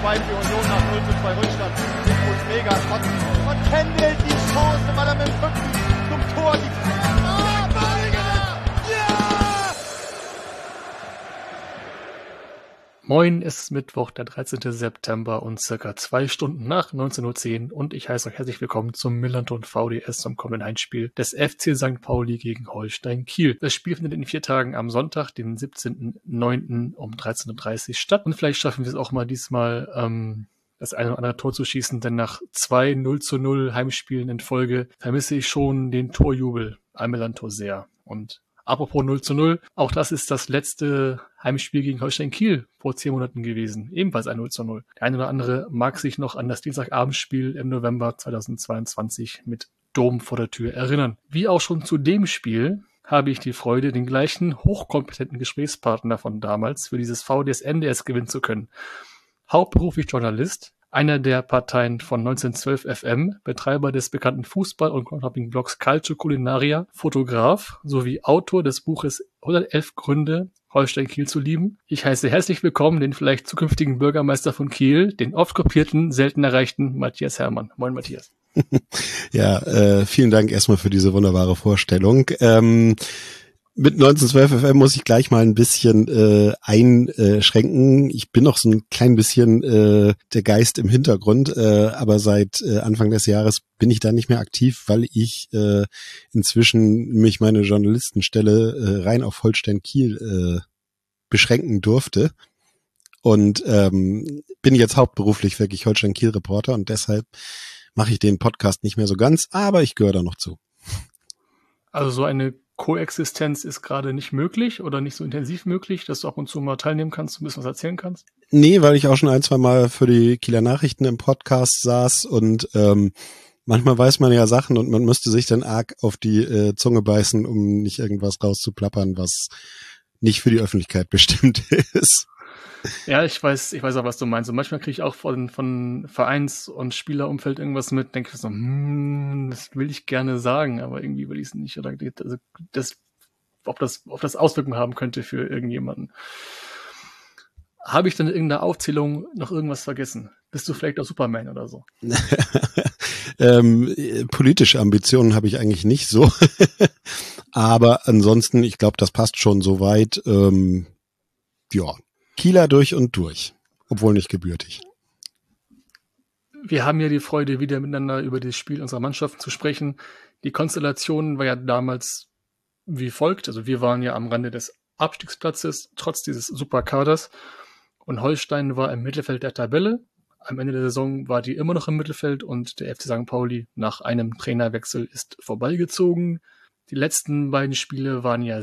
2 für Union nach 0:2 Rückstand. Und mega Trotzdem. Und Kendall die Chance, weil er mit dem Rücken zum Tor die Moin, es ist Mittwoch, der 13. September und circa 2 Stunden nach 19:10 Uhr und ich heiße euch herzlich willkommen zum Millanton VDS zum kommenden Heimspiel des FC St. Pauli gegen Holstein Kiel. Das Spiel findet in 4 Tagen am Sonntag, den 17.09. um 13:30 Uhr statt und vielleicht schaffen wir es auch mal diesmal, das eine oder andere Tor zu schießen, denn nach 2 0:0 Heimspielen in Folge vermisse ich schon den Torjubel am Millantor sehr. Und apropos 0:0, auch das ist das letzte Heimspiel gegen Holstein Kiel vor 10 Monaten gewesen. Ebenfalls ein 0:0. Der eine oder andere mag sich noch an das Dienstagabendspiel im November 2022 mit Dom vor der Tür erinnern. Wie auch schon zu dem Spiel habe ich die Freude, den gleichen hochkompetenten Gesprächspartner von damals für dieses VDS NDS gewinnen zu können. Hauptberuflich Journalist, einer der Parteien von 1912 FM, Betreiber des bekannten Fußball- und Shopping-Blogs Calcio Culinaria, Fotograf sowie Autor des Buches 111 Gründe, Holstein Kiel zu lieben. Ich heiße herzlich willkommen den vielleicht zukünftigen Bürgermeister von Kiel, den oft kopierten, selten erreichten Matthias Hermann. Moin Matthias. Ja, vielen Dank erstmal für diese wunderbare Vorstellung. Mit 1912 FM muss ich gleich mal ein bisschen einschränken. Ich bin noch so ein klein bisschen der Geist im Hintergrund, aber seit Anfang des Jahres bin ich da nicht mehr aktiv, weil ich inzwischen mich meine Journalistenstelle rein auf Holstein Kiel beschränken durfte. Und bin jetzt hauptberuflich wirklich Holstein Kiel Reporter und deshalb mache ich den Podcast nicht mehr so ganz, aber ich gehöre da noch zu. Also so eine Koexistenz ist gerade nicht möglich oder nicht so intensiv möglich, dass du ab und zu mal teilnehmen kannst, ein bisschen was erzählen kannst? Nee, weil ich auch schon 1-2 Mal für die Kieler Nachrichten im Podcast saß und manchmal weiß man ja Sachen und man müsste sich dann arg auf die Zunge beißen, um nicht irgendwas rauszuplappern, was nicht für die Öffentlichkeit bestimmt ist. Ja, ich weiß auch, was du meinst. Und manchmal kriege ich auch von Vereins- und Spielerumfeld irgendwas mit, denke ich so, das will ich gerne sagen, aber irgendwie will ich es nicht. Oder also ob das Auswirkungen haben könnte für irgendjemanden. Habe ich dann in irgendeiner Aufzählung noch irgendwas vergessen? Bist du vielleicht auch Superman oder so? Politische Ambitionen habe ich eigentlich nicht so. Aber ansonsten, ich glaube, das passt schon soweit. Ja. Kieler durch und durch, obwohl nicht gebürtig. Wir haben ja die Freude, wieder miteinander über das Spiel unserer Mannschaften zu sprechen. Die Konstellation war ja damals wie folgt. Also wir waren ja am Rande des Abstiegsplatzes, trotz dieses Superkaders. Und Holstein war im Mittelfeld der Tabelle. Am Ende der Saison war die immer noch im Mittelfeld und der FC St. Pauli nach einem Trainerwechsel ist vorbeigezogen. Die letzten beiden Spiele waren ja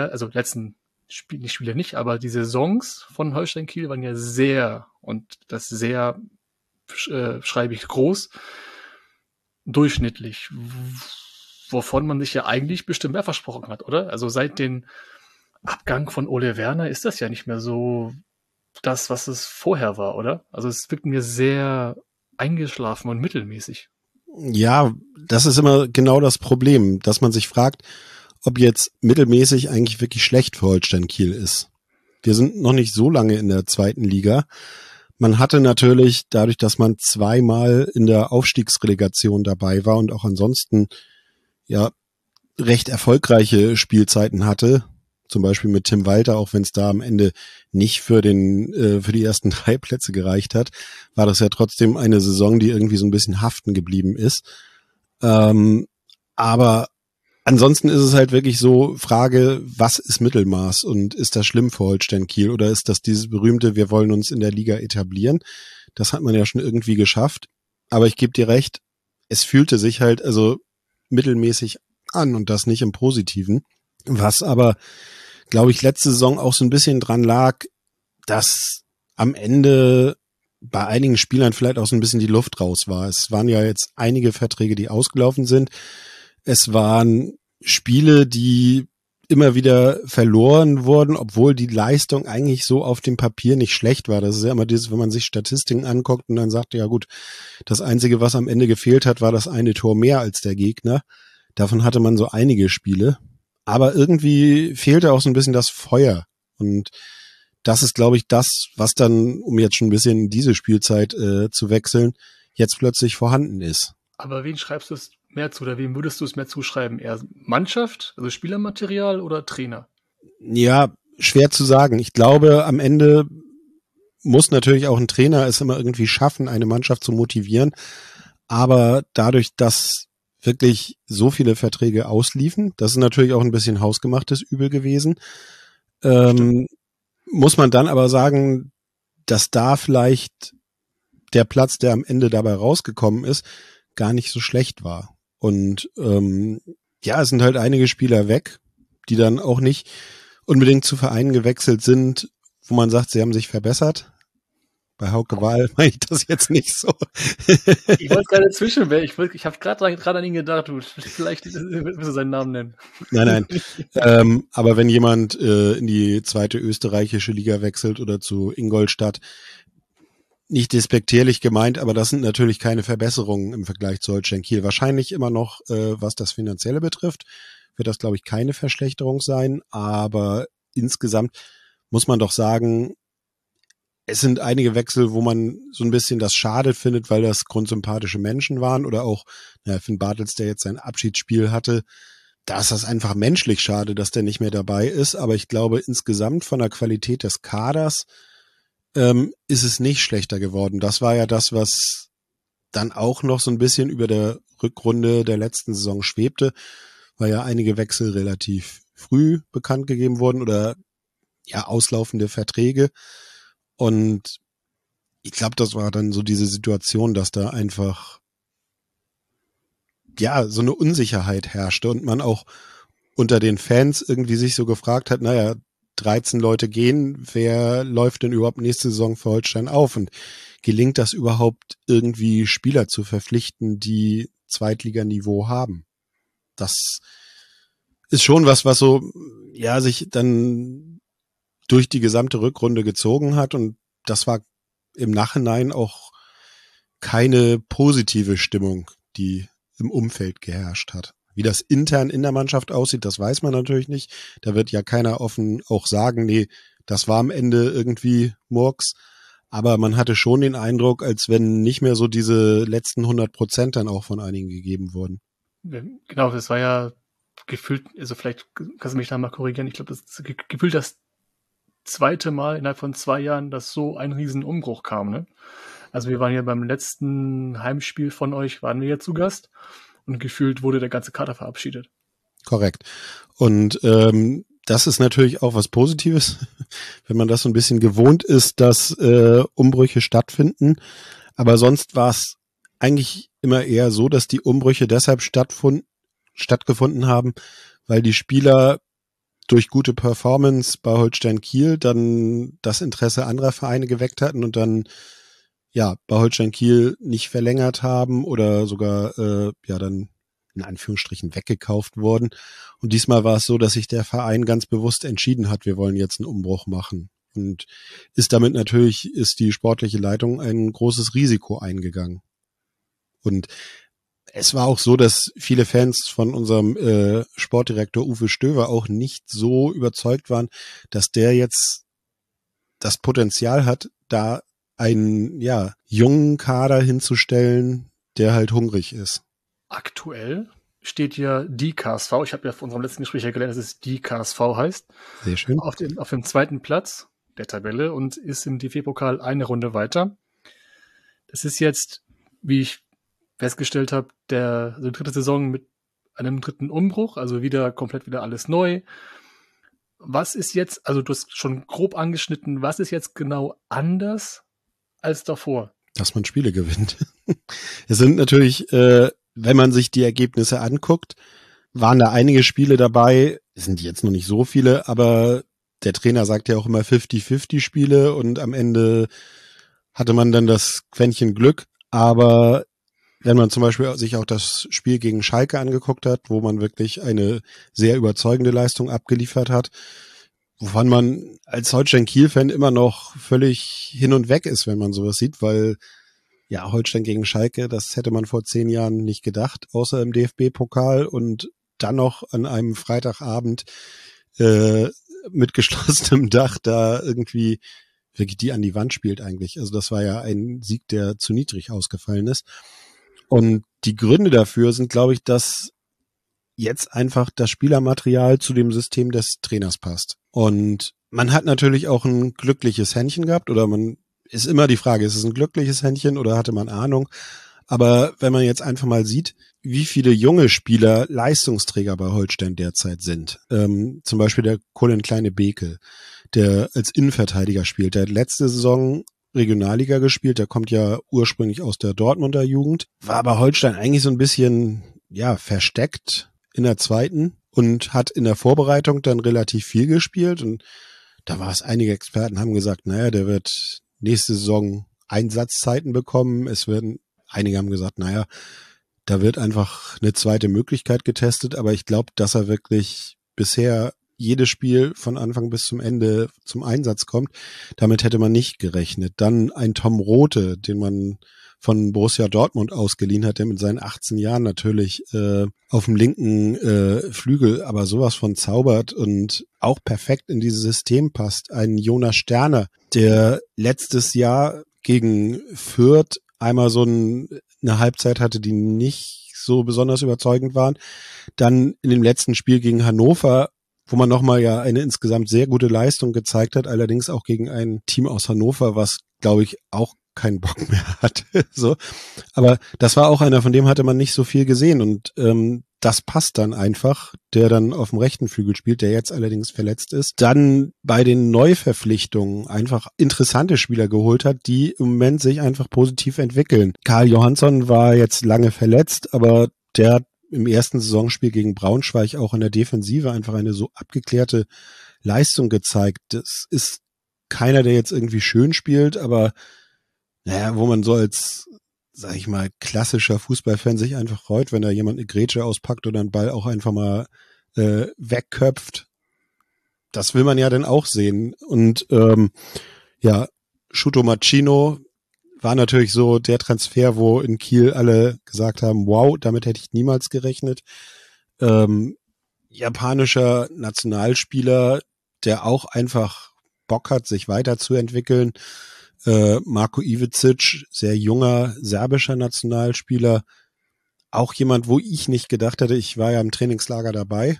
aber die Saisons von Holstein Kiel waren ja sehr, und das sehr schreibe ich groß, durchschnittlich, wovon man sich ja eigentlich bestimmt mehr versprochen hat, oder? Also seit dem Abgang von Ole Werner ist das ja nicht mehr so das, was es vorher war, oder? Also es wirkt mir sehr eingeschlafen und mittelmäßig. Ja, das ist immer genau das Problem, dass man sich fragt, ob jetzt mittelmäßig eigentlich wirklich schlecht für Holstein Kiel ist. Wir sind noch nicht so lange in der 2. Liga. Man hatte natürlich, dadurch, dass man 2-mal in der Aufstiegsrelegation dabei war und auch ansonsten ja recht erfolgreiche Spielzeiten hatte, zum Beispiel mit Tim Walter, auch wenn es da am Ende nicht für die ersten 3 Plätze gereicht hat, war das ja trotzdem eine Saison, die irgendwie so ein bisschen haften geblieben ist. Aber ansonsten ist es halt wirklich so, Frage, was ist Mittelmaß und ist das schlimm für Holstein Kiel oder ist das dieses berühmte, wir wollen uns in der Liga etablieren? Das hat man ja schon irgendwie geschafft, aber ich gebe dir recht, es fühlte sich halt also mittelmäßig an und das nicht im Positiven, was aber, glaube ich, letzte Saison auch so ein bisschen dran lag, dass am Ende bei einigen Spielern vielleicht auch so ein bisschen die Luft raus war. Es waren ja jetzt einige Verträge, die ausgelaufen sind. Es waren Spiele, die immer wieder verloren wurden, obwohl die Leistung eigentlich so auf dem Papier nicht schlecht war. Das ist ja immer dieses, wenn man sich Statistiken anguckt und dann sagt, ja gut, das Einzige, was am Ende gefehlt hat, war das eine Tor mehr als der Gegner. Davon hatte man so einige Spiele. Aber irgendwie fehlte auch so ein bisschen das Feuer. Und das ist, glaube ich, das, was dann, um jetzt schon ein bisschen in diese Spielzeit zu wechseln, jetzt plötzlich vorhanden ist. Aber wen schreibst du es mehr zu oder wem würdest du es mehr zuschreiben? Eher Mannschaft, also Spielermaterial oder Trainer? Ja, schwer zu sagen. Ich glaube, am Ende muss natürlich auch ein Trainer es immer irgendwie schaffen, eine Mannschaft zu motivieren. Aber dadurch, dass wirklich so viele Verträge ausliefen, das ist natürlich auch ein bisschen hausgemachtes Übel gewesen, muss man dann aber sagen, dass da vielleicht der Platz, der am Ende dabei rausgekommen ist, gar nicht so schlecht war. Und es sind halt einige Spieler weg, die dann auch nicht unbedingt zu Vereinen gewechselt sind, wo man sagt, sie haben sich verbessert. Bei Hauke Wahl meine ich das jetzt nicht so. Ich wollte gerade zwischenwerfen. Ich habe gerade an ihn gedacht. Vielleicht willst du seinen Namen nennen. Nein. Aber wenn jemand in die zweite österreichische Liga wechselt oder zu Ingolstadt, nicht despektierlich gemeint, aber das sind natürlich keine Verbesserungen im Vergleich zu Holstein Kiel. Wahrscheinlich immer noch, was das Finanzielle betrifft, wird das, glaube ich, keine Verschlechterung sein. Aber insgesamt muss man doch sagen, es sind einige Wechsel, wo man so ein bisschen das schade findet, weil das grundsympathische Menschen waren oder auch Finn Bartels, der jetzt sein Abschiedsspiel hatte. Da ist das einfach menschlich schade, dass der nicht mehr dabei ist. Aber ich glaube, insgesamt von der Qualität des Kaders ist es nicht schlechter geworden. Das war ja das, was dann auch noch so ein bisschen über der Rückrunde der letzten Saison schwebte, weil ja einige Wechsel relativ früh bekannt gegeben wurden oder auslaufende Verträge. Und ich glaube, das war dann so diese Situation, dass da einfach so eine Unsicherheit herrschte und man auch unter den Fans irgendwie sich so gefragt hat, 13 Leute gehen, wer läuft denn überhaupt nächste Saison für Holstein auf? Und gelingt das überhaupt irgendwie Spieler zu verpflichten, die Zweitliganiveau haben? Das ist schon was so, sich dann durch die gesamte Rückrunde gezogen hat und das war im Nachhinein auch keine positive Stimmung, die im Umfeld geherrscht hat. Wie das intern in der Mannschaft aussieht, das weiß man natürlich nicht. Da wird ja keiner offen auch sagen, nee, das war am Ende irgendwie Murks. Aber man hatte schon den Eindruck, als wenn nicht mehr so diese letzten 100% dann auch von einigen gegeben wurden. Genau, das war ja gefühlt, also vielleicht kannst du mich da mal korrigieren, ich glaube, das ist gefühlt das zweite Mal innerhalb von 2 Jahren, dass so ein riesen Umbruch kam, ne? Also wir waren ja beim letzten Heimspiel von euch, waren wir ja zu Gast und gefühlt wurde der ganze Kader verabschiedet. Korrekt. Und das ist natürlich auch was Positives, wenn man das so ein bisschen gewohnt ist, dass Umbrüche stattfinden. Aber sonst war es eigentlich immer eher so, dass die Umbrüche deshalb stattgefunden haben, weil die Spieler durch gute Performance bei Holstein Kiel dann das Interesse anderer Vereine geweckt hatten und dann bei Holstein Kiel nicht verlängert haben oder sogar dann in Anführungsstrichen weggekauft wurden. Und diesmal war es so, dass sich der Verein ganz bewusst entschieden hat, wir wollen jetzt einen Umbruch machen. Und ist die sportliche Leitung ein großes Risiko eingegangen. Und es war auch so, dass viele Fans von unserem Sportdirektor Uwe Stöver auch nicht so überzeugt waren, dass der jetzt das Potenzial hat, da einen jungen Kader hinzustellen, der halt hungrig ist. Aktuell steht ja die KSV, ich habe ja von unserem letzten Gespräch gelernt, dass es die KSV heißt. Sehr schön. Auf dem zweiten Platz der Tabelle und ist im DFB-Pokal eine Runde weiter. Das ist jetzt, wie ich festgestellt habe, die dritte Saison mit einem dritten Umbruch, also komplett wieder alles neu. Was ist jetzt, also du hast schon grob angeschnitten, was ist jetzt genau anders als davor? Dass man Spiele gewinnt. Es sind natürlich, wenn man sich die Ergebnisse anguckt, waren da einige Spiele dabei, es sind jetzt noch nicht so viele, aber der Trainer sagt ja auch immer 50-50 Spiele und am Ende hatte man dann das Quäntchen Glück, aber wenn man zum Beispiel sich auch das Spiel gegen Schalke angeguckt hat, wo man wirklich eine sehr überzeugende Leistung abgeliefert hat, wovon man als Holstein-Kiel-Fan immer noch völlig hin und weg ist, wenn man sowas sieht, weil Holstein gegen Schalke, das hätte man vor 10 Jahren nicht gedacht, außer im DFB-Pokal und dann noch an einem Freitagabend mit geschlossenem Dach da irgendwie wirklich die an die Wand spielt eigentlich. Also das war ja ein Sieg, der zu niedrig ausgefallen ist. Und die Gründe dafür sind, glaube ich, dass jetzt einfach das Spielermaterial zu dem System des Trainers passt. Und man hat natürlich auch ein glückliches Händchen gehabt oder ist immer die Frage, ist es ein glückliches Händchen oder hatte man Ahnung? Aber wenn man jetzt einfach mal sieht, wie viele junge Spieler Leistungsträger bei Holstein derzeit sind, zum Beispiel der Colin Kleine-Bekel, der als Innenverteidiger spielt, der hat letzte Saison Regionalliga gespielt, der kommt ja ursprünglich aus der Dortmunder Jugend, war bei Holstein eigentlich so ein bisschen, versteckt in der zweiten und hat in der Vorbereitung dann relativ viel gespielt und da war es, einige Experten haben gesagt, naja, der wird nächste Saison Einsatzzeiten bekommen, einige haben gesagt, naja, da wird einfach eine zweite Möglichkeit getestet, aber ich glaube, dass er wirklich bisher jedes Spiel von Anfang bis zum Ende zum Einsatz kommt. Damit hätte man nicht gerechnet. Dann ein Tom Rothe, den man von Borussia Dortmund ausgeliehen hat, der mit seinen 18 Jahren natürlich auf dem linken Flügel aber sowas von zaubert und auch perfekt in dieses System passt. Ein Jonas Sterner, der letztes Jahr gegen Fürth einmal so eine Halbzeit hatte, die nicht so besonders überzeugend waren. Dann in dem letzten Spiel gegen Hannover, wo man nochmal ja eine insgesamt sehr gute Leistung gezeigt hat, allerdings auch gegen ein Team aus Hannover, was, glaube ich, auch keinen Bock mehr hatte. So. Aber das war auch einer, von dem hatte man nicht so viel gesehen und das passt dann einfach, der dann auf dem rechten Flügel spielt, der jetzt allerdings verletzt ist. Dann bei den Neuverpflichtungen einfach interessante Spieler geholt hat, die im Moment sich einfach positiv entwickeln. Karl Johansson war jetzt lange verletzt, aber der hat im ersten Saisonspiel gegen Braunschweig auch in der Defensive einfach eine so abgeklärte Leistung gezeigt. Das ist keiner, der jetzt irgendwie schön spielt, aber wo man so als, sag ich mal, klassischer Fußballfan sich einfach freut, wenn da jemand eine Grätsche auspackt oder einen Ball auch einfach mal wegköpft. Das will man ja dann auch sehen. Und Shuto Machino war natürlich so der Transfer, wo in Kiel alle gesagt haben, wow, damit hätte ich niemals gerechnet. Japanischer Nationalspieler, der auch einfach Bock hat, sich weiterzuentwickeln. Marko Ivicic, sehr junger serbischer Nationalspieler, auch jemand, wo ich nicht gedacht hätte, ich war ja im Trainingslager dabei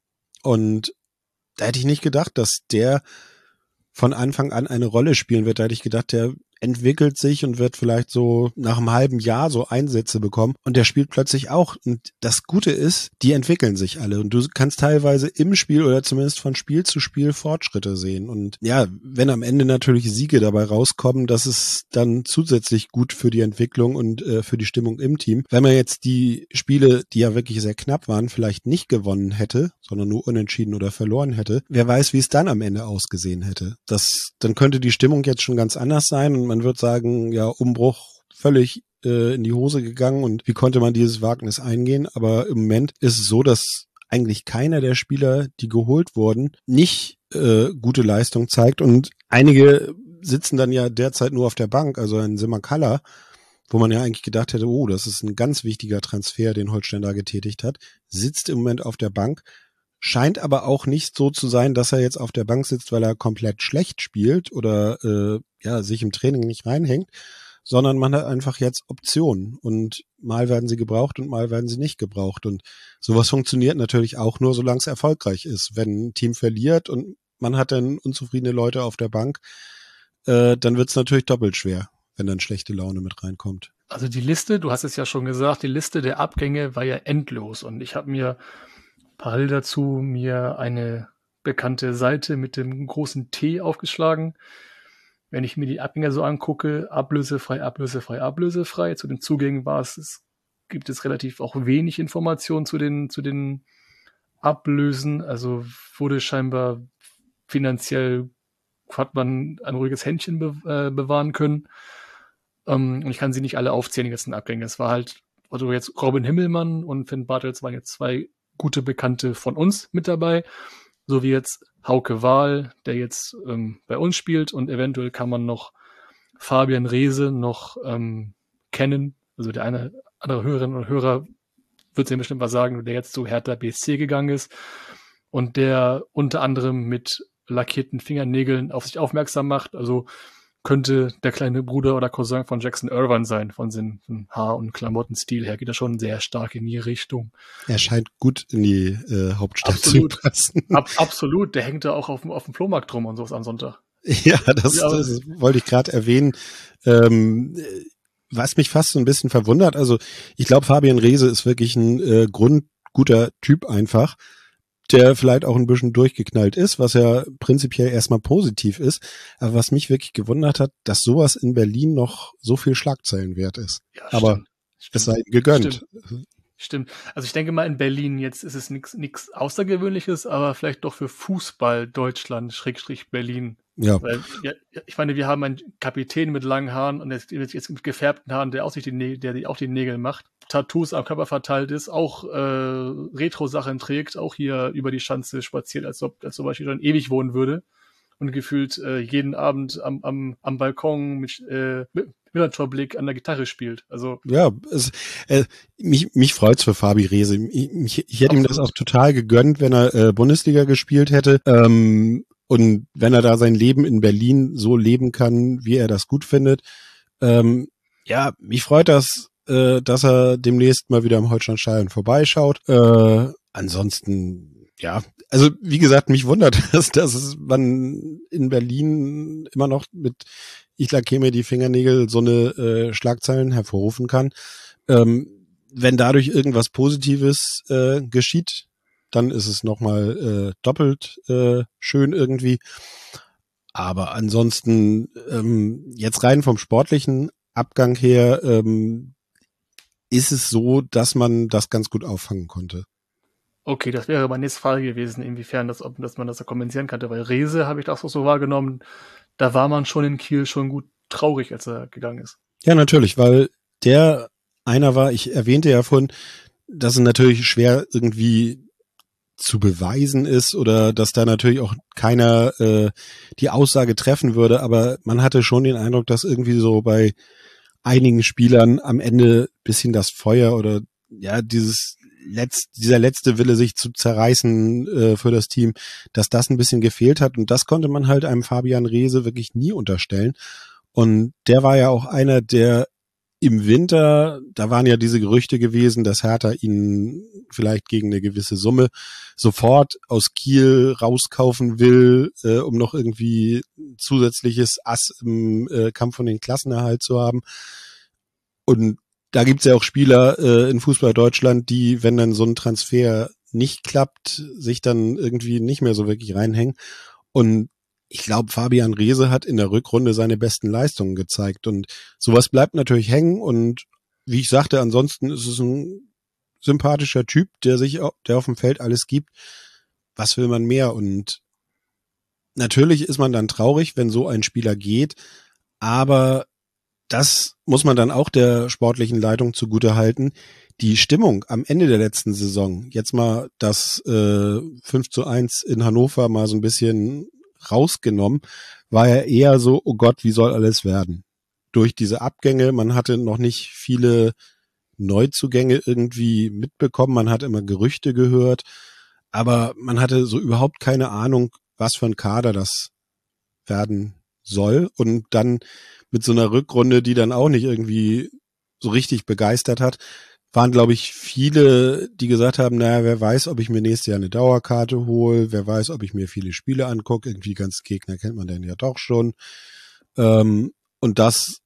und da hätte ich nicht gedacht, dass der von Anfang an eine Rolle spielen wird. Da hätte ich gedacht, der entwickelt sich und wird vielleicht so nach einem halben Jahr so Einsätze bekommen und der spielt plötzlich auch. Und das Gute ist, die entwickeln sich alle und du kannst teilweise im Spiel oder zumindest von Spiel zu Spiel Fortschritte sehen. Und ja, wenn am Ende natürlich Siege dabei rauskommen, das ist dann zusätzlich gut für die Entwicklung und für die Stimmung im Team. Wenn man jetzt die Spiele, die ja wirklich sehr knapp waren, vielleicht nicht gewonnen hätte, sondern nur unentschieden oder verloren hätte, wer weiß, wie es dann am Ende ausgesehen hätte. Dann könnte die Stimmung jetzt schon ganz anders sein und man wird sagen, ja, Umbruch völlig in die Hose gegangen und wie konnte man dieses Wagnis eingehen? Aber im Moment ist es so, dass eigentlich keiner der Spieler, die geholt wurden, nicht gute Leistung zeigt und einige sitzen dann ja derzeit nur auf der Bank, also ein Simakala, wo man ja eigentlich gedacht hätte, oh, das ist ein ganz wichtiger Transfer, den Holstein da getätigt hat, sitzt im Moment auf der Bank, scheint aber auch nicht so zu sein, dass er jetzt auf der Bank sitzt, weil er komplett schlecht spielt oder sich im Training nicht reinhängt, sondern man hat einfach jetzt Optionen und mal werden sie gebraucht und mal werden sie nicht gebraucht und sowas funktioniert natürlich auch nur, solange es erfolgreich ist. Wenn ein Team verliert und man hat dann unzufriedene Leute auf der Bank, dann wird es natürlich doppelt schwer, wenn dann schlechte Laune mit reinkommt. Also die Liste, du hast es ja schon gesagt, die Liste der Abgänge war ja endlos und ich habe mir parallel dazu eine bekannte Seite mit dem großen T aufgeschlagen. Wenn ich mir die Abgänge so angucke, ablösefrei, ablösefrei, ablösefrei, zu den Zugängen gibt es relativ auch wenig Informationen zu den Ablösen, also wurde scheinbar finanziell, hat man ein ruhiges Händchen bewahren können. Und ich kann sie nicht alle aufzählen, die ganzen Abgänge. Es war halt, also jetzt Robin Himmelmann und Finn Bartels waren jetzt zwei gute Bekannte von uns mit dabei, so wie jetzt Hauke Wahl, der jetzt bei uns spielt und eventuell kann man noch Fabian Reese noch kennen, also der eine andere Hörerinnen und Hörer wird sich bestimmt was sagen, der jetzt zu Hertha BSC gegangen ist und der unter anderem mit lackierten Fingernägeln auf sich aufmerksam macht. Also könnte der kleine Bruder oder Cousin von Jackson Irvine sein, von seinem Haar- und Klamottenstil her. Geht er schon sehr stark in die Richtung. Er scheint gut in die Hauptstadt Absolut. zu passen. Absolut, der hängt da auch auf dem Flohmarkt rum und sowas am Sonntag. Ja, das wollte ich gerade erwähnen. Was mich fast so ein bisschen verwundert, also ich glaube, Fabian Reese ist wirklich ein grundguter Typ einfach, der vielleicht auch ein bisschen durchgeknallt ist, was ja prinzipiell erstmal positiv ist. Aber was mich wirklich gewundert hat, dass sowas in Berlin noch so viel Schlagzeilen wert ist. Ja, aber es sei ihm gegönnt. Stimmt. Also ich denke mal, in Berlin jetzt ist es nichts Außergewöhnliches, aber vielleicht doch für Fußball Deutschland / Berlin. Ja. Weil, ja, ich meine, wir haben einen Kapitän mit langen Haaren und jetzt mit gefärbten Haaren, der auch die Nägel macht, Tattoos am Körper verteilt ist, auch Retro-Sachen trägt, auch hier über die Schanze spaziert, als ob er zum Beispiel schon ewig wohnen würde und gefühlt jeden Abend am Balkon mit Millantor-Blick an der Gitarre spielt. Also ja, mich freut's für Fabi Reese. Ich hätte ihm das auch total gegönnt, wenn er Bundesliga gespielt hätte. Und wenn er da sein Leben in Berlin so leben kann, wie er das gut findet. Ja, mich freut das, dass er demnächst mal wieder am Holsteinstadion vorbeischaut. Ansonsten, ja, also wie gesagt, mich wundert es, dass man in Berlin immer noch mit ich lackiere mir die Fingernägel so eine Schlagzeilen hervorrufen kann. Wenn dadurch irgendwas Positives geschieht, dann ist es nochmal doppelt schön irgendwie. Aber ansonsten, jetzt rein vom sportlichen Abgang her, ist es so, dass man das ganz gut auffangen konnte. Okay, das wäre meine nächste Frage gewesen, inwiefern dass man das da kompensieren könnte, weil Reese habe ich das auch so wahrgenommen, da war man schon in Kiel schon gut traurig, als er gegangen ist. Ja, natürlich, weil der einer war, ich erwähnte ja vorhin, dass es natürlich schwer irgendwie zu beweisen ist oder dass da natürlich auch keiner die Aussage treffen würde, aber man hatte schon den Eindruck, dass irgendwie so bei einigen Spielern am Ende bisschen das Feuer oder ja dieser letzte Wille, sich zu zerreißen für das Team, dass das ein bisschen gefehlt hat und das konnte man halt einem Fabian Reese wirklich nie unterstellen und der war ja auch einer, der im Winter, da waren ja diese Gerüchte gewesen, dass Hertha ihn vielleicht gegen eine gewisse Summe sofort aus Kiel rauskaufen will, um noch irgendwie zusätzliches Ass im Kampf um den Klassenerhalt zu haben. Und da gibt's ja auch Spieler in Fußball Deutschland, die, wenn dann so ein Transfer nicht klappt, sich dann irgendwie nicht mehr so wirklich reinhängen. Und ich glaube, Fabian Reese hat in der Rückrunde seine besten Leistungen gezeigt und sowas bleibt natürlich hängen und wie ich sagte, ansonsten ist es ein sympathischer Typ, der auf dem Feld alles gibt. Was will man mehr? Und natürlich ist man dann traurig, wenn so ein Spieler geht, aber das muss man dann auch der sportlichen Leitung zugutehalten. Die Stimmung am Ende der letzten Saison, jetzt mal das 5:1 in Hannover mal so ein bisschen rausgenommen, war ja eher so, oh Gott, wie soll alles werden? Durch diese Abgänge, man hatte noch nicht viele Neuzugänge irgendwie mitbekommen, man hat immer Gerüchte gehört, aber man hatte so überhaupt keine Ahnung, was für ein Kader das werden soll und dann mit so einer Rückrunde, die dann auch nicht irgendwie so richtig begeistert hat, waren, glaube ich, viele, die gesagt haben, naja, wer weiß, ob ich mir nächstes Jahr eine Dauerkarte hole, wer weiß, ob ich mir viele Spiele angucke, irgendwie ganz Gegner kennt man denn ja doch schon. Und dass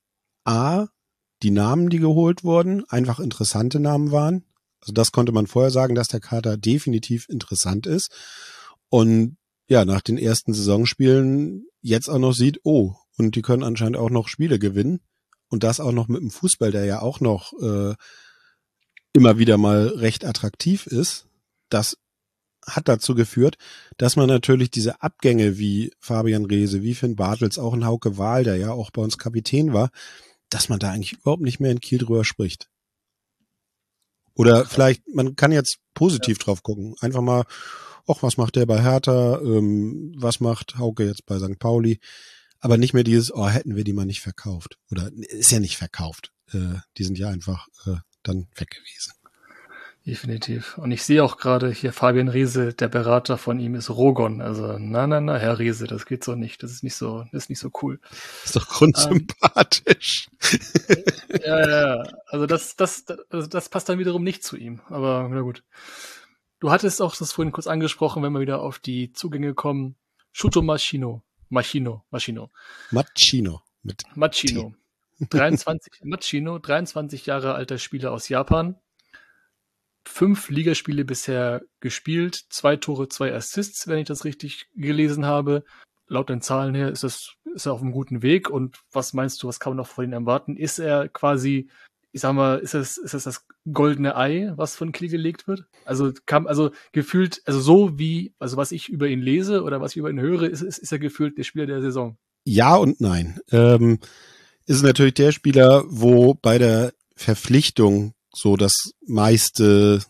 die Namen, die geholt wurden, einfach interessante Namen waren. Also das konnte man vorher sagen, dass der Kader definitiv interessant ist. Und ja, nach den ersten Saisonspielen jetzt auch noch sieht, oh, und die können anscheinend auch noch Spiele gewinnen. Und das auch noch mit dem Fußball, der ja auch noch immer wieder mal recht attraktiv ist. Das hat dazu geführt, dass man natürlich diese Abgänge wie Fabian Reese, wie Finn Bartels, auch ein Hauke Wahl, der ja auch bei uns Kapitän war, dass man da eigentlich überhaupt nicht mehr in Kiel drüber spricht. Oder vielleicht, man kann jetzt positiv drauf gucken. Einfach mal, was macht der bei Hertha, was macht Hauke jetzt bei St. Pauli? Aber nicht mehr dieses, hätten wir die mal nicht verkauft. Oder ist ja nicht verkauft. Die sind ja einfach dann weg gewesen. Definitiv. Und ich sehe auch gerade hier Fabian Riese, der Berater von ihm ist Rogon. Also, na, Herr Riese, das geht so nicht. Das ist nicht so cool. Ist doch grundsympathisch. Ja. Also das passt dann wiederum nicht zu ihm. Aber na gut. Du hattest auch das vorhin kurz angesprochen, wenn wir wieder auf die Zugänge kommen. Shuto Machino. 23 Jahre alter Spieler aus Japan. 5 Ligaspiele bisher gespielt, 2 Tore, 2 Assists, wenn ich das richtig gelesen habe. Laut den Zahlen her ist er auf einem guten Weg. Und was meinst du, was kann man noch von ihm erwarten? Ist er quasi, ich sag mal, ist es das goldene Ei, was von Kiel gelegt wird? Also gefühlt, was ich über ihn lese oder was ich über ihn höre, ist er gefühlt der Spieler der Saison. Ja und nein. Ist natürlich der Spieler, wo bei der Verpflichtung so das meiste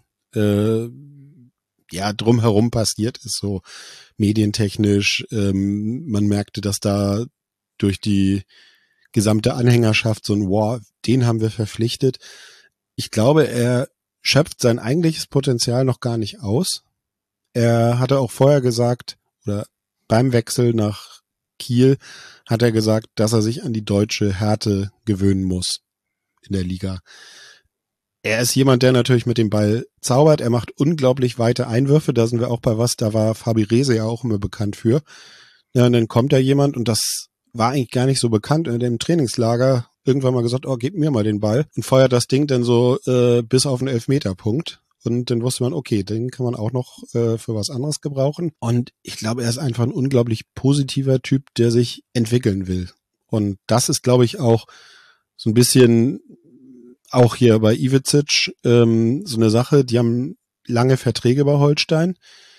drumherum passiert ist, so medientechnisch. Man merkte, dass da durch die gesamte Anhängerschaft so ein den haben wir verpflichtet. Ich glaube, er schöpft sein eigentliches Potenzial noch gar nicht aus. Er hatte auch vorher gesagt, oder beim Wechsel nach Kiel hat er gesagt, dass er sich an die deutsche Härte gewöhnen muss in der Liga. Er ist jemand, der natürlich mit dem Ball zaubert. Er macht unglaublich weite Einwürfe. Da sind wir auch bei was. Da war Fabi Rehse ja auch immer bekannt für. Ja, und dann kommt da jemand und das war eigentlich gar nicht so bekannt. In dem Trainingslager irgendwann mal gesagt, gib mir mal den Ball und feuert das Ding dann so bis auf den Elfmeterpunkt. Und dann wusste man, okay, den kann man auch noch für was anderes gebrauchen. Und ich glaube, er ist einfach ein unglaublich positiver Typ, der sich entwickeln will. Und das ist, glaube ich, auch so ein bisschen auch hier bei Ivicic so eine Sache. Die haben lange Verträge bei Holstein.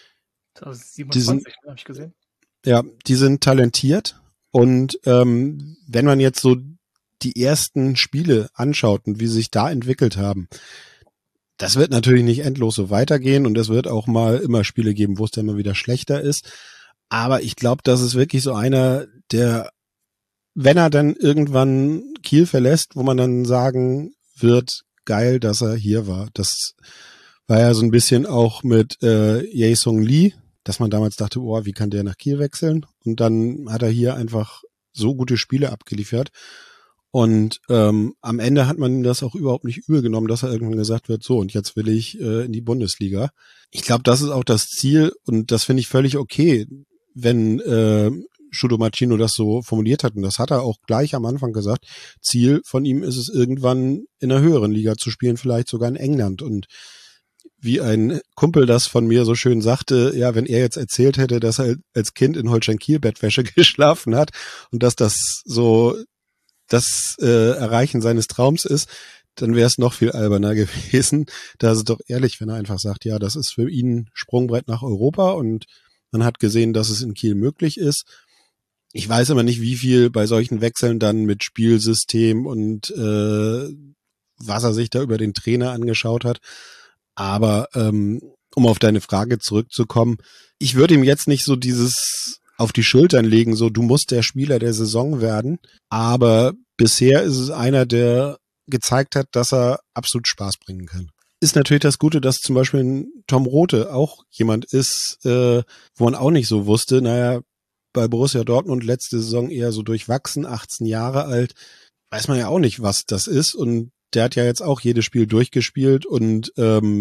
27 habe ich gesehen. Ja, die sind talentiert. Und wenn man jetzt so die ersten Spiele anschaut und wie sie sich da entwickelt haben, das wird natürlich nicht endlos so weitergehen und es wird auch mal immer Spiele geben, wo es dann immer wieder schlechter ist. Aber ich glaube, das ist wirklich so einer, der, wenn er dann irgendwann Kiel verlässt, wo man dann sagen wird, geil, dass er hier war. Das war ja so ein bisschen auch mit Jae-Sung Lee, dass man damals dachte, wie kann der nach Kiel wechseln? Und dann hat er hier einfach so gute Spiele abgeliefert. Und am Ende hat man das auch überhaupt nicht übel genommen, dass er irgendwann gesagt wird, so, und jetzt will ich in die Bundesliga. Ich glaube, das ist auch das Ziel und das finde ich völlig okay, wenn Shuto Machino das so formuliert hat. Und das hat er auch gleich am Anfang gesagt. Ziel von ihm ist es, irgendwann in einer höheren Liga zu spielen, vielleicht sogar in England. Und wie ein Kumpel das von mir so schön sagte, ja, wenn er jetzt erzählt hätte, dass er als Kind in Holstein-Kiel-Bettwäsche geschlafen hat und dass das so das Erreichen seines Traums ist, dann wäre es noch viel alberner gewesen. Da ist es doch ehrlich, wenn er einfach sagt, ja, das ist für ihn Sprungbrett nach Europa und man hat gesehen, dass es in Kiel möglich ist. Ich weiß aber nicht, wie viel bei solchen Wechseln dann mit Spielsystem und was er sich da über den Trainer angeschaut hat. Aber um auf deine Frage zurückzukommen, ich würde ihm jetzt nicht so dieses auf die Schultern legen, so du musst der Spieler der Saison werden. Aber bisher ist es einer, der gezeigt hat, dass er absolut Spaß bringen kann. Ist natürlich das Gute, dass zum Beispiel ein Tom Rothe auch jemand ist, wo man auch nicht so wusste, bei Borussia Dortmund letzte Saison eher so durchwachsen, 18 Jahre alt, weiß man ja auch nicht, was das ist. Und der hat ja jetzt auch jedes Spiel durchgespielt und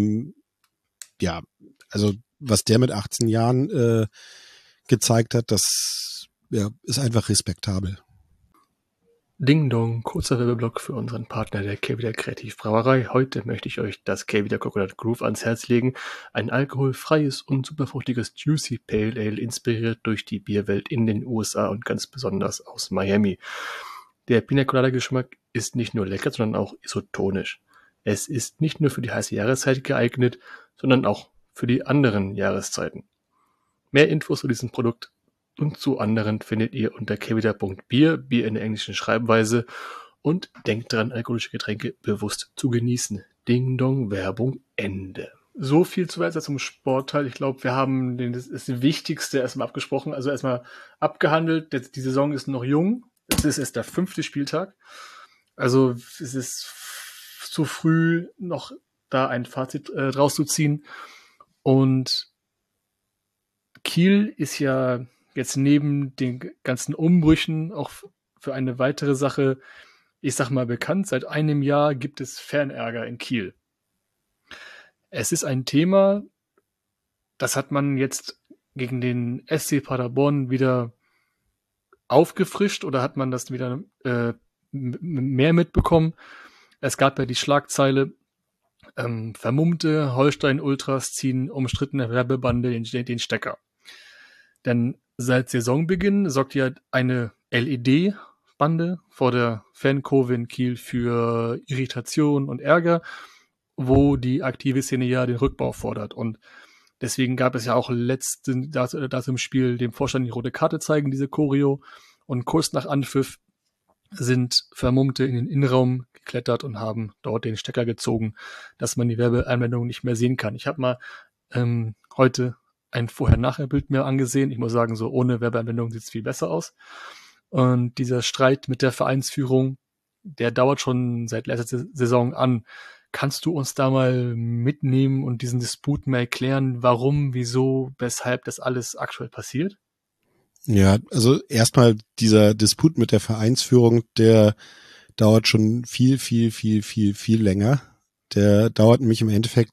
also was der mit 18 Jahren gezeigt hat, das ist einfach respektabel. Ding Dong, kurzer Werbeblock für unseren Partner der Keveler Kreativbrauerei. Heute möchte ich euch das Keveler Coconut Groove ans Herz legen. Ein alkoholfreies und superfruchtiges Juicy Pale Ale, inspiriert durch die Bierwelt in den USA und ganz besonders aus Miami. Der Pina Colada Geschmack ist nicht nur lecker, sondern auch isotonisch. Es ist nicht nur für die heiße Jahreszeit geeignet, sondern auch für die anderen Jahreszeiten. Mehr Infos zu diesem Produkt und zu anderen findet ihr unter keveler.bier, Bier in der englischen Schreibweise, und denkt dran, alkoholische Getränke bewusst zu genießen. Ding Dong, Werbung, Ende. So viel zum Sportteil. Ich glaube, wir haben das Wichtigste erstmal abgesprochen, also erstmal abgehandelt. Die Saison ist noch jung. Es ist erst der 5. Spieltag. Also es ist zu früh, noch da ein Fazit draus zu ziehen. Und Kiel ist ja jetzt neben den ganzen Umbrüchen auch für eine weitere Sache, ich sag mal, bekannt. Seit einem Jahr gibt es Fanärger in Kiel. Es ist ein Thema, das hat man jetzt gegen den SC Paderborn wieder aufgefrischt oder hat man das wieder mehr mitbekommen. Es gab ja die Schlagzeile, vermummte Holstein-Ultras ziehen umstrittene Werbebande den Stecker. Denn seit Saisonbeginn sorgt ja eine LED-Bande vor der Fankurve in Kiel für Irritation und Ärger, wo die aktive Szene ja den Rückbau fordert. Und deswegen gab es ja auch dazu im Spiel dem Vorstand die rote Karte zeigen, diese Choreo. Und kurz nach Anpfiff sind Vermummte in den Innenraum geklettert und haben dort den Stecker gezogen, dass man die Werbeeinblendung nicht mehr sehen kann. Ich habe mal heute ein Vorher-Nachher-Bild mir angesehen. Ich muss sagen, so ohne Werbeeinblendung sieht es viel besser aus. Und dieser Streit mit der Vereinsführung, der dauert schon seit letzter Saison an. Kannst du uns da mal mitnehmen und diesen Disput mal erklären, warum, wieso, weshalb das alles aktuell passiert? Ja, also erstmal dieser Disput mit der Vereinsführung, der dauert schon viel länger. Der dauert nämlich im Endeffekt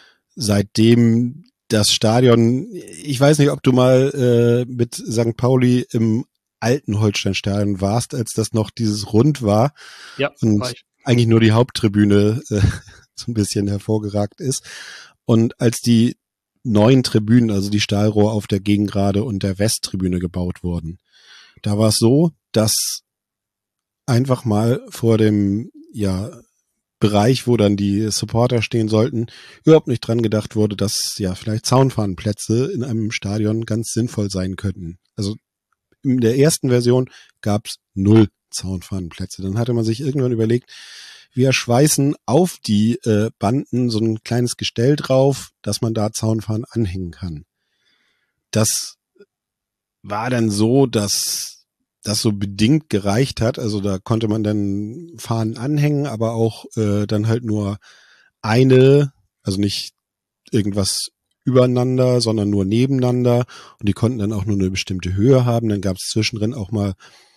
seitdem das Stadion, ich weiß nicht, ob du mal mit St. Pauli im alten Holstein-Stadion warst, als das noch dieses Rund war. Ja, und war ich. Eigentlich nur die Haupttribüne so ein bisschen hervorgeragt ist. Und als die neuen Tribünen, also die Stahlrohr auf der Gegengrade und der Westtribüne gebaut wurden, da war es so, dass einfach mal vor dem Bereich, wo dann die Supporter stehen sollten, überhaupt nicht dran gedacht wurde, dass ja vielleicht Zaunfahnenplätze in einem Stadion ganz sinnvoll sein könnten. Also in der ersten Version gab es 0 Zaunfahnenplätze. Dann hatte man sich irgendwann überlegt, wir schweißen auf die Banden so ein kleines Gestell drauf, dass man da Zaunfahnen anhängen kann. Das war dann so, dass das so bedingt gereicht hat. Also da konnte man dann Fahnen anhängen, aber auch dann halt nur eine, also nicht irgendwas übereinander, sondern nur nebeneinander. Und die konnten dann auch nur eine bestimmte Höhe haben. Dann gab es zwischendrin auch mal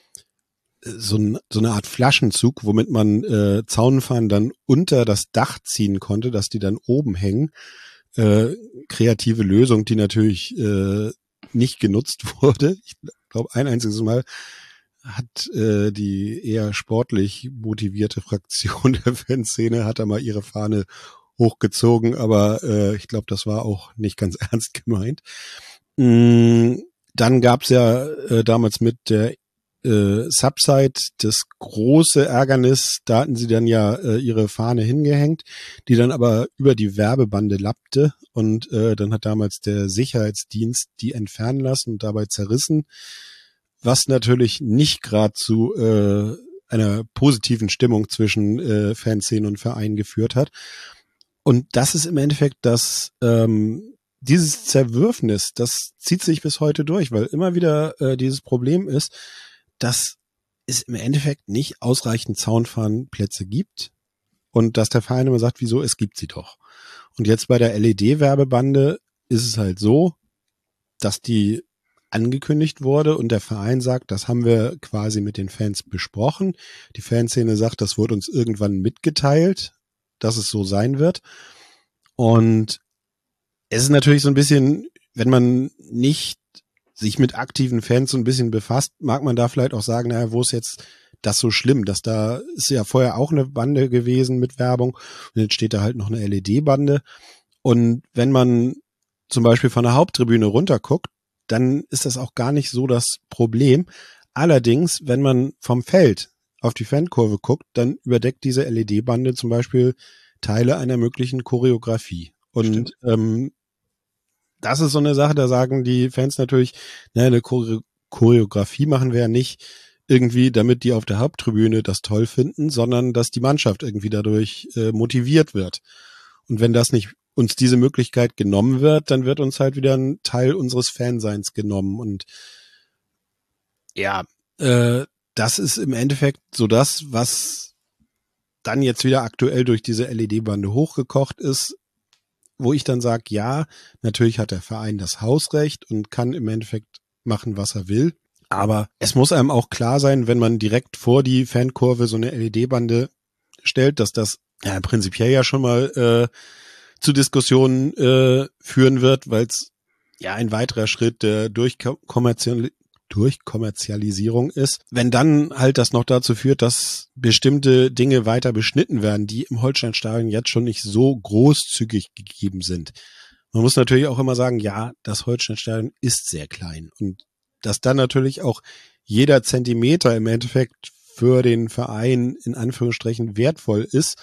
so eine Art Flaschenzug, womit man Zaunfahnen dann unter das Dach ziehen konnte, dass die dann oben hängen. Kreative Lösung, die natürlich nicht genutzt wurde. Ich glaube, ein einziges Mal hat die eher sportlich motivierte Fraktion der Fanszene hat da mal ihre Fahne hochgezogen, aber ich glaube, das war auch nicht ganz ernst gemeint. Dann gab's ja damals mit der Subside das große Ärgernis, da hatten sie dann ja ihre Fahne hingehängt, die dann aber über die Werbebande lappte und dann hat damals der Sicherheitsdienst die entfernen lassen und dabei zerrissen, was natürlich nicht gerade zu einer positiven Stimmung zwischen Fanszene und Verein geführt hat. Und das ist im Endeffekt dieses Zerwürfnis, das zieht sich bis heute durch, weil immer wieder dieses Problem ist, dass es im Endeffekt nicht ausreichend Zaunfahnenplätze gibt und dass der Verein immer sagt, wieso, es gibt sie doch. Und jetzt bei der LED-Werbebande ist es halt so, dass die angekündigt wurde und der Verein sagt, das haben wir quasi mit den Fans besprochen. Die Fanszene sagt, das wurde uns irgendwann mitgeteilt, dass es so sein wird. Und es ist natürlich so ein bisschen, wenn man nicht sich mit aktiven Fans so ein bisschen befasst, mag man da vielleicht auch sagen, naja, wo ist jetzt das so schlimm? Dass da ist ja vorher auch eine Bande gewesen mit Werbung und jetzt steht da halt noch eine LED-Bande. Und wenn man zum Beispiel von der Haupttribüne runterguckt, dann ist das auch gar nicht so das Problem. Allerdings, wenn man vom Feld auf die Fankurve guckt, dann überdeckt diese LED-Bande zum Beispiel Teile einer möglichen Choreografie. Und das ist so eine Sache, da sagen die Fans natürlich, naja, eine Choreografie machen wir ja nicht irgendwie, damit die auf der Haupttribüne das toll finden, sondern dass die Mannschaft irgendwie dadurch motiviert wird. Und wenn das nicht uns diese Möglichkeit genommen wird, dann wird uns halt wieder ein Teil unseres Fanseins genommen. Und ja, das ist im Endeffekt so das, was dann jetzt wieder aktuell durch diese LED-Bande hochgekocht ist, wo ich dann sage, ja, natürlich hat der Verein das Hausrecht und kann im Endeffekt machen, was er will. Aber es muss einem auch klar sein, wenn man direkt vor die Fankurve so eine LED-Bande stellt, dass das ja prinzipiell ja schon mal zu Diskussionen führen wird, weil es ja ein weiterer Schritt der Durchkommerzialisierung ist. Wenn dann halt das noch dazu führt, dass bestimmte Dinge weiter beschnitten werden, die im Holsteinstadion jetzt schon nicht so großzügig gegeben sind. Man muss natürlich auch immer sagen, ja, das Holsteinstadion ist sehr klein und dass dann natürlich auch jeder Zentimeter im Endeffekt für den Verein in Anführungsstrichen wertvoll ist,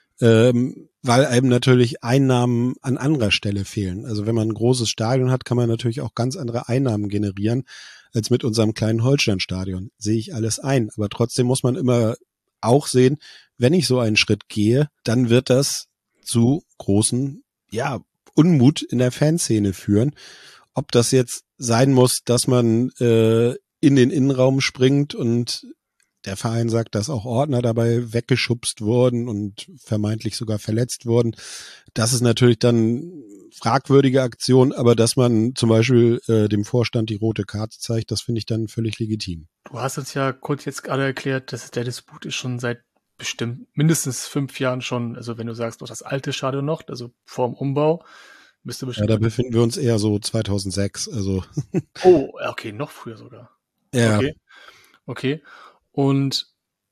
weil einem natürlich Einnahmen an anderer Stelle fehlen. Also wenn man ein großes Stadion hat, kann man natürlich auch ganz andere Einnahmen generieren als mit unserem kleinen Holsteinstadion. Sehe ich alles ein. Aber trotzdem muss man immer auch sehen, wenn ich so einen Schritt gehe, dann wird das zu großen, ja, Unmut in der Fanszene führen. Ob das jetzt sein muss, dass man in den Innenraum springt und der Verein sagt, dass auch Ordner dabei weggeschubst wurden und vermeintlich sogar verletzt wurden. Das ist natürlich dann fragwürdige Aktion, aber dass man zum Beispiel dem Vorstand die rote Karte zeigt, das finde ich dann völlig legitim. Du hast uns ja kurz jetzt gerade erklärt, dass der Disput ist schon seit bestimmt mindestens 5 Jahren schon, also wenn du sagst, noch das alte Stadion noch, also vor dem Umbau, bist du bestimmt... Ja, da befinden wir uns eher so 2006, also... Oh, okay, noch früher sogar. Ja. Okay. Und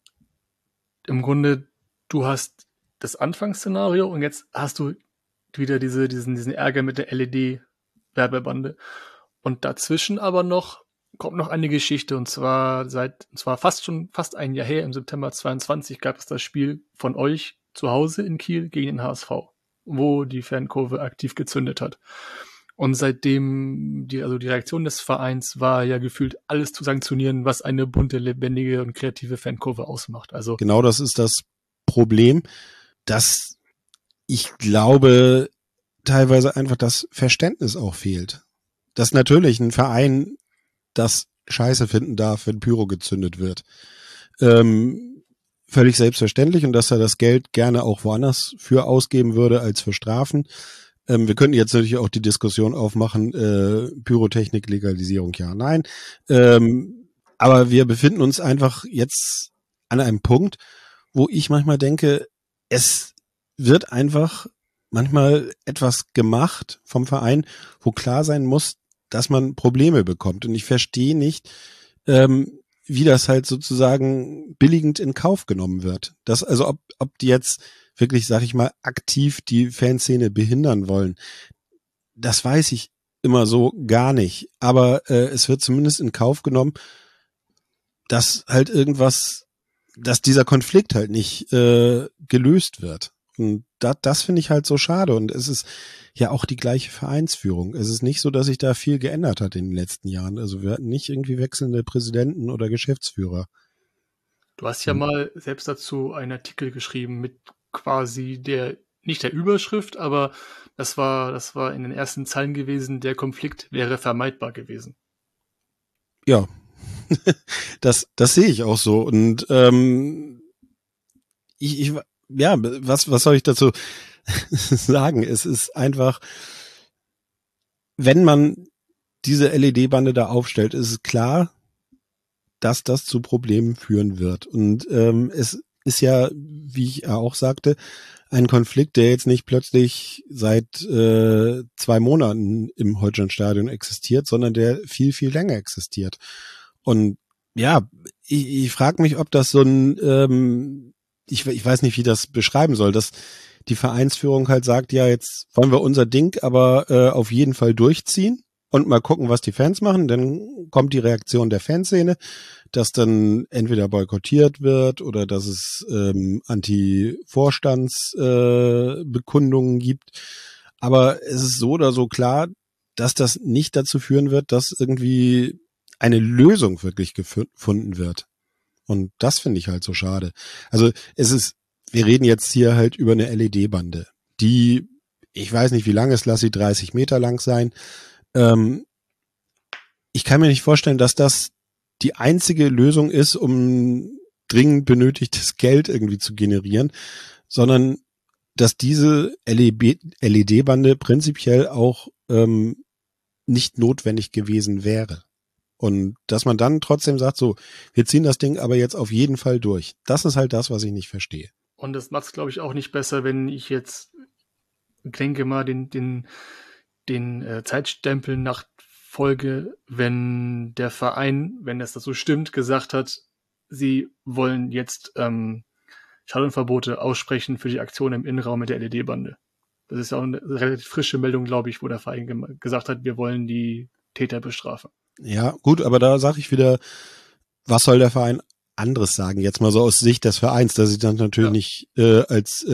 im Grunde, du hast das Anfangsszenario und jetzt hast du wieder diesen Ärger mit der LED-Werbebande. Und dazwischen aber kommt noch eine Geschichte, und zwar fast ein Jahr her, im September 22 gab es das Spiel von euch zu Hause in Kiel gegen den HSV, wo die Fankurve aktiv gezündet hat. Und seitdem die Reaktion des Vereins war ja gefühlt alles zu sanktionieren, was eine bunte, lebendige und kreative Fankurve ausmacht. Also genau, das ist das Problem, dass ich glaube, teilweise einfach das Verständnis auch fehlt. Dass natürlich ein Verein das scheiße finden darf, wenn Pyro gezündet wird. Völlig selbstverständlich und dass er das Geld gerne auch woanders für ausgeben würde als für Strafen. Wir könnten jetzt natürlich auch die Diskussion aufmachen, Pyrotechnik-Legalisierung, ja, nein. Aber wir befinden uns einfach jetzt an einem Punkt, wo ich manchmal denke, es wird einfach manchmal etwas gemacht vom Verein, wo klar sein muss, dass man Probleme bekommt. Und ich verstehe nicht, wie das halt sozusagen billigend in Kauf genommen wird. Also ob die jetzt wirklich, sag ich mal, aktiv die Fanszene behindern wollen, das weiß ich immer so gar nicht. Aber es wird zumindest in Kauf genommen, dass halt dass dieser Konflikt halt nicht gelöst wird. Und das finde ich halt so schade. Und es ist ja auch die gleiche Vereinsführung. Es ist nicht so, dass sich da viel geändert hat in den letzten Jahren. Also wir hatten nicht irgendwie wechselnde Präsidenten oder Geschäftsführer. Du hast ja mal selbst dazu einen Artikel geschrieben mit quasi nicht der Überschrift, aber das war in den ersten Zeilen gewesen, der Konflikt wäre vermeidbar gewesen. Ja, das sehe ich auch so. Und was soll ich dazu sagen? Es ist einfach, wenn man diese LED-Bande da aufstellt, ist es klar, dass das zu Problemen führen wird. Und es ist ja, wie ich auch sagte, ein Konflikt, der jetzt nicht plötzlich seit 2 Monaten im Holsteinstadion existiert, sondern der viel, viel länger existiert. Und ja, ich frage mich, ob das so ein, ich weiß nicht, wie ich das beschreiben soll, dass die Vereinsführung halt sagt, ja, jetzt wollen wir unser Ding aber auf jeden Fall durchziehen und mal gucken, was die Fans machen. Dann kommt die Reaktion der Fanszene, dass dann entweder boykottiert wird oder dass es Anti-Vorstandsbekundungen gibt. Aber es ist so oder so klar, dass das nicht dazu führen wird, dass irgendwie eine Lösung wirklich gefunden wird. Und das finde ich halt so schade. Also wir reden jetzt hier halt über eine LED-Bande, die, ich weiß nicht, wie lang es, lass sie 30 Meter lang sein. Ich kann mir nicht vorstellen, dass das die einzige Lösung ist, um dringend benötigtes Geld irgendwie zu generieren, sondern dass diese LED-Bande prinzipiell auch nicht notwendig gewesen wäre. Und dass man dann trotzdem sagt, so, wir ziehen das Ding aber jetzt auf jeden Fall durch. Das ist halt das, was ich nicht verstehe. Und das macht es, glaube ich, auch nicht besser, wenn ich jetzt denke mal den Zeitstempel nachfolge, wenn der Verein, wenn das so stimmt, gesagt hat, sie wollen jetzt Schallunverbote aussprechen für die Aktion im Innenraum mit der LED-Bande. Das ist ja auch eine relativ frische Meldung, glaube ich, wo der Verein gesagt hat, wir wollen die Täter bestrafen. Ja, gut, aber da sage ich wieder, was soll der Verein anderes sagen? Jetzt mal so aus Sicht des Vereins, dass ich dann natürlich nicht als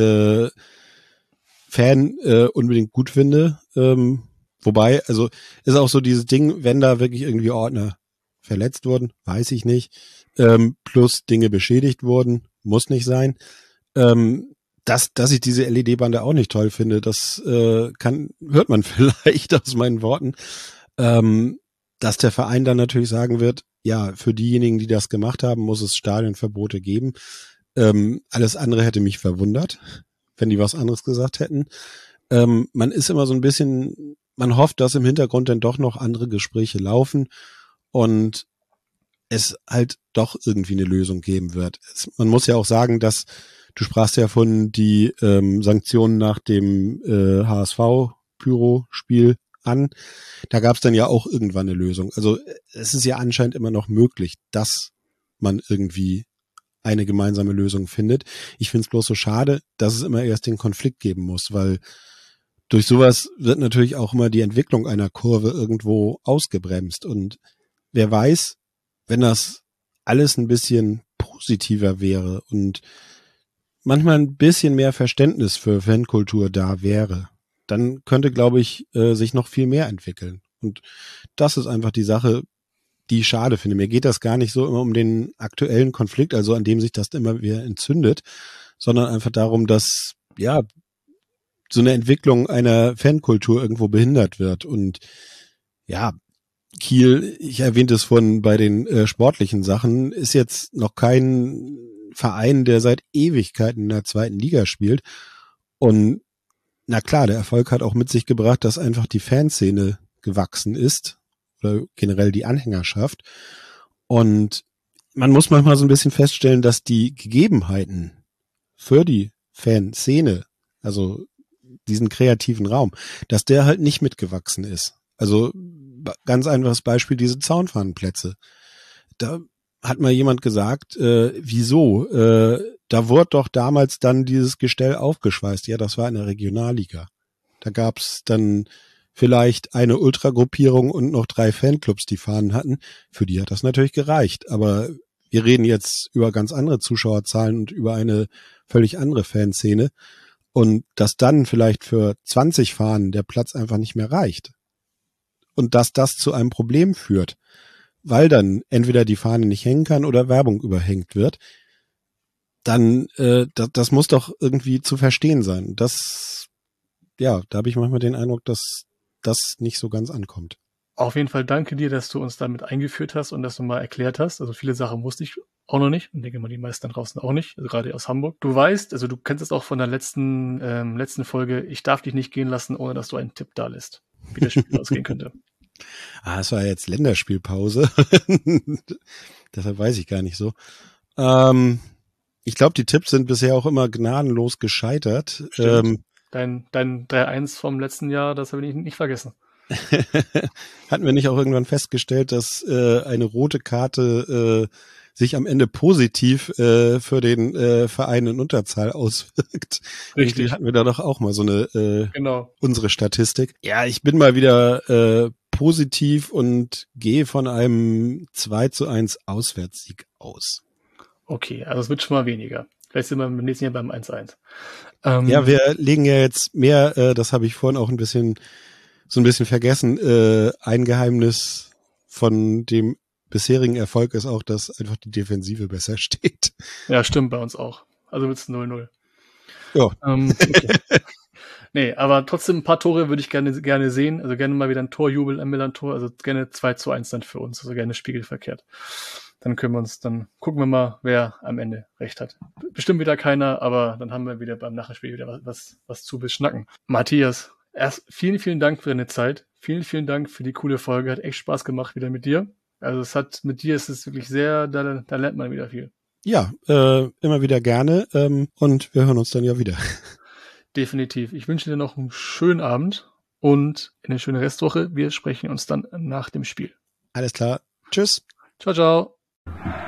Fan unbedingt gut finde. Wobei, also ist auch so dieses Ding, wenn da wirklich irgendwie Ordner verletzt wurden, weiß ich nicht, plus Dinge beschädigt wurden, muss nicht sein. Dass ich diese LED-Bande auch nicht toll finde, das hört man vielleicht aus meinen Worten. Dass der Verein dann natürlich sagen wird, ja, für diejenigen, die das gemacht haben, muss es Stadionverbote geben. Alles andere hätte mich verwundert, wenn die was anderes gesagt hätten. Man ist immer so ein bisschen, man hofft, dass im Hintergrund dann doch noch andere Gespräche laufen und es halt doch irgendwie eine Lösung geben wird. Man muss ja auch sagen, dass, du sprachst ja von die Sanktionen nach dem HSV-Pyro-Spiel an. Da gab es dann ja auch irgendwann eine Lösung. Also es ist ja anscheinend immer noch möglich, dass man irgendwie eine gemeinsame Lösung findet. Ich finde es bloß so schade, dass es immer erst den Konflikt geben muss, weil durch sowas wird natürlich auch immer die Entwicklung einer Kurve irgendwo ausgebremst. Und wer weiß, wenn das alles ein bisschen positiver wäre und manchmal ein bisschen mehr Verständnis für Fankultur da wäre, dann könnte, glaube ich, sich noch viel mehr entwickeln. Und das ist einfach die Sache, die ich schade finde. Mir geht das gar nicht so immer um den aktuellen Konflikt, also an dem sich das immer wieder entzündet, sondern einfach darum, dass, ja, so eine Entwicklung einer Fankultur irgendwo behindert wird. Und ja, Kiel, ich erwähnte es vorhin bei den sportlichen Sachen, ist jetzt noch kein Verein, der seit Ewigkeiten in der zweiten Liga spielt. Und na klar, der Erfolg hat auch mit sich gebracht, dass einfach die Fanszene gewachsen ist oder generell die Anhängerschaft. Und man muss manchmal so ein bisschen feststellen, dass die Gegebenheiten für die Fanszene, also diesen kreativen Raum, dass der halt nicht mitgewachsen ist. Also ganz einfaches Beispiel, diese Zaunfahnenplätze. Da hat mal jemand gesagt, wieso? Da wurde doch damals dann dieses Gestell aufgeschweißt. Ja, das war in der Regionalliga. Da gab's dann vielleicht eine Ultragruppierung und noch 3 Fanclubs, die Fahnen hatten. Für die hat das natürlich gereicht. Aber wir reden jetzt über ganz andere Zuschauerzahlen und über eine völlig andere Fanszene. Und dass dann vielleicht für 20 Fahnen der Platz einfach nicht mehr reicht. Und dass das zu einem Problem führt, weil dann entweder die Fahne nicht hängen kann oder Werbung überhängt wird, dann das muss doch irgendwie zu verstehen sein. Das, ja, da habe ich manchmal den Eindruck, dass das nicht so ganz ankommt. Auf jeden Fall danke dir, dass du uns damit eingeführt hast und dass du mal erklärt hast. Also viele Sachen wusste ich auch noch nicht und denke mal die meisten da draußen auch nicht, also gerade aus Hamburg. Du weißt, also du kennst es auch von der letzten Folge, ich darf dich nicht gehen lassen, ohne dass du einen Tipp da lässt, wie das Spiel ausgehen könnte. Es war jetzt Länderspielpause. Deshalb weiß ich gar nicht so. Ich glaube, die Tipps sind bisher auch immer gnadenlos gescheitert. Dein 3-1 vom letzten Jahr, das habe ich nicht vergessen. Hatten wir nicht auch irgendwann festgestellt, dass eine rote Karte sich am Ende positiv für den Verein in Unterzahl auswirkt? Richtig. Irgendwie hatten wir da doch auch mal so eine genau. Unsere Statistik. Ja, ich bin mal wieder positiv und gehe von einem 2:1 Auswärtssieg aus. Okay, also es wird schon mal weniger. Vielleicht sind wir beim nächsten Jahr beim 1-1. Ja, wir legen ja jetzt mehr, das habe ich vorhin auch so ein bisschen vergessen, ein Geheimnis von dem bisherigen Erfolg ist auch, dass einfach die Defensive besser steht. Ja, stimmt, bei uns auch. Also wird's 0-0. Ja. Okay. Nee, aber trotzdem ein paar Tore würde ich gerne sehen. Also gerne mal wieder ein Torjubel am Millern-Tor. Also gerne 2:1 dann für uns. Also gerne spiegelverkehrt. dann gucken wir mal, wer am Ende recht hat. Bestimmt wieder keiner, aber dann haben wir wieder beim Nachspiel wieder was zu beschnacken. Matthias, erst vielen Dank für deine Zeit. Vielen Dank für die coole Folge. Hat echt Spaß gemacht wieder mit dir. Also mit dir ist es wirklich sehr, da lernt man wieder viel. Ja, immer wieder gerne und wir hören uns dann ja wieder. Definitiv. Ich wünsche dir noch einen schönen Abend und eine schöne Restwoche. Wir sprechen uns dann nach dem Spiel. Alles klar. Tschüss. Ciao, ciao.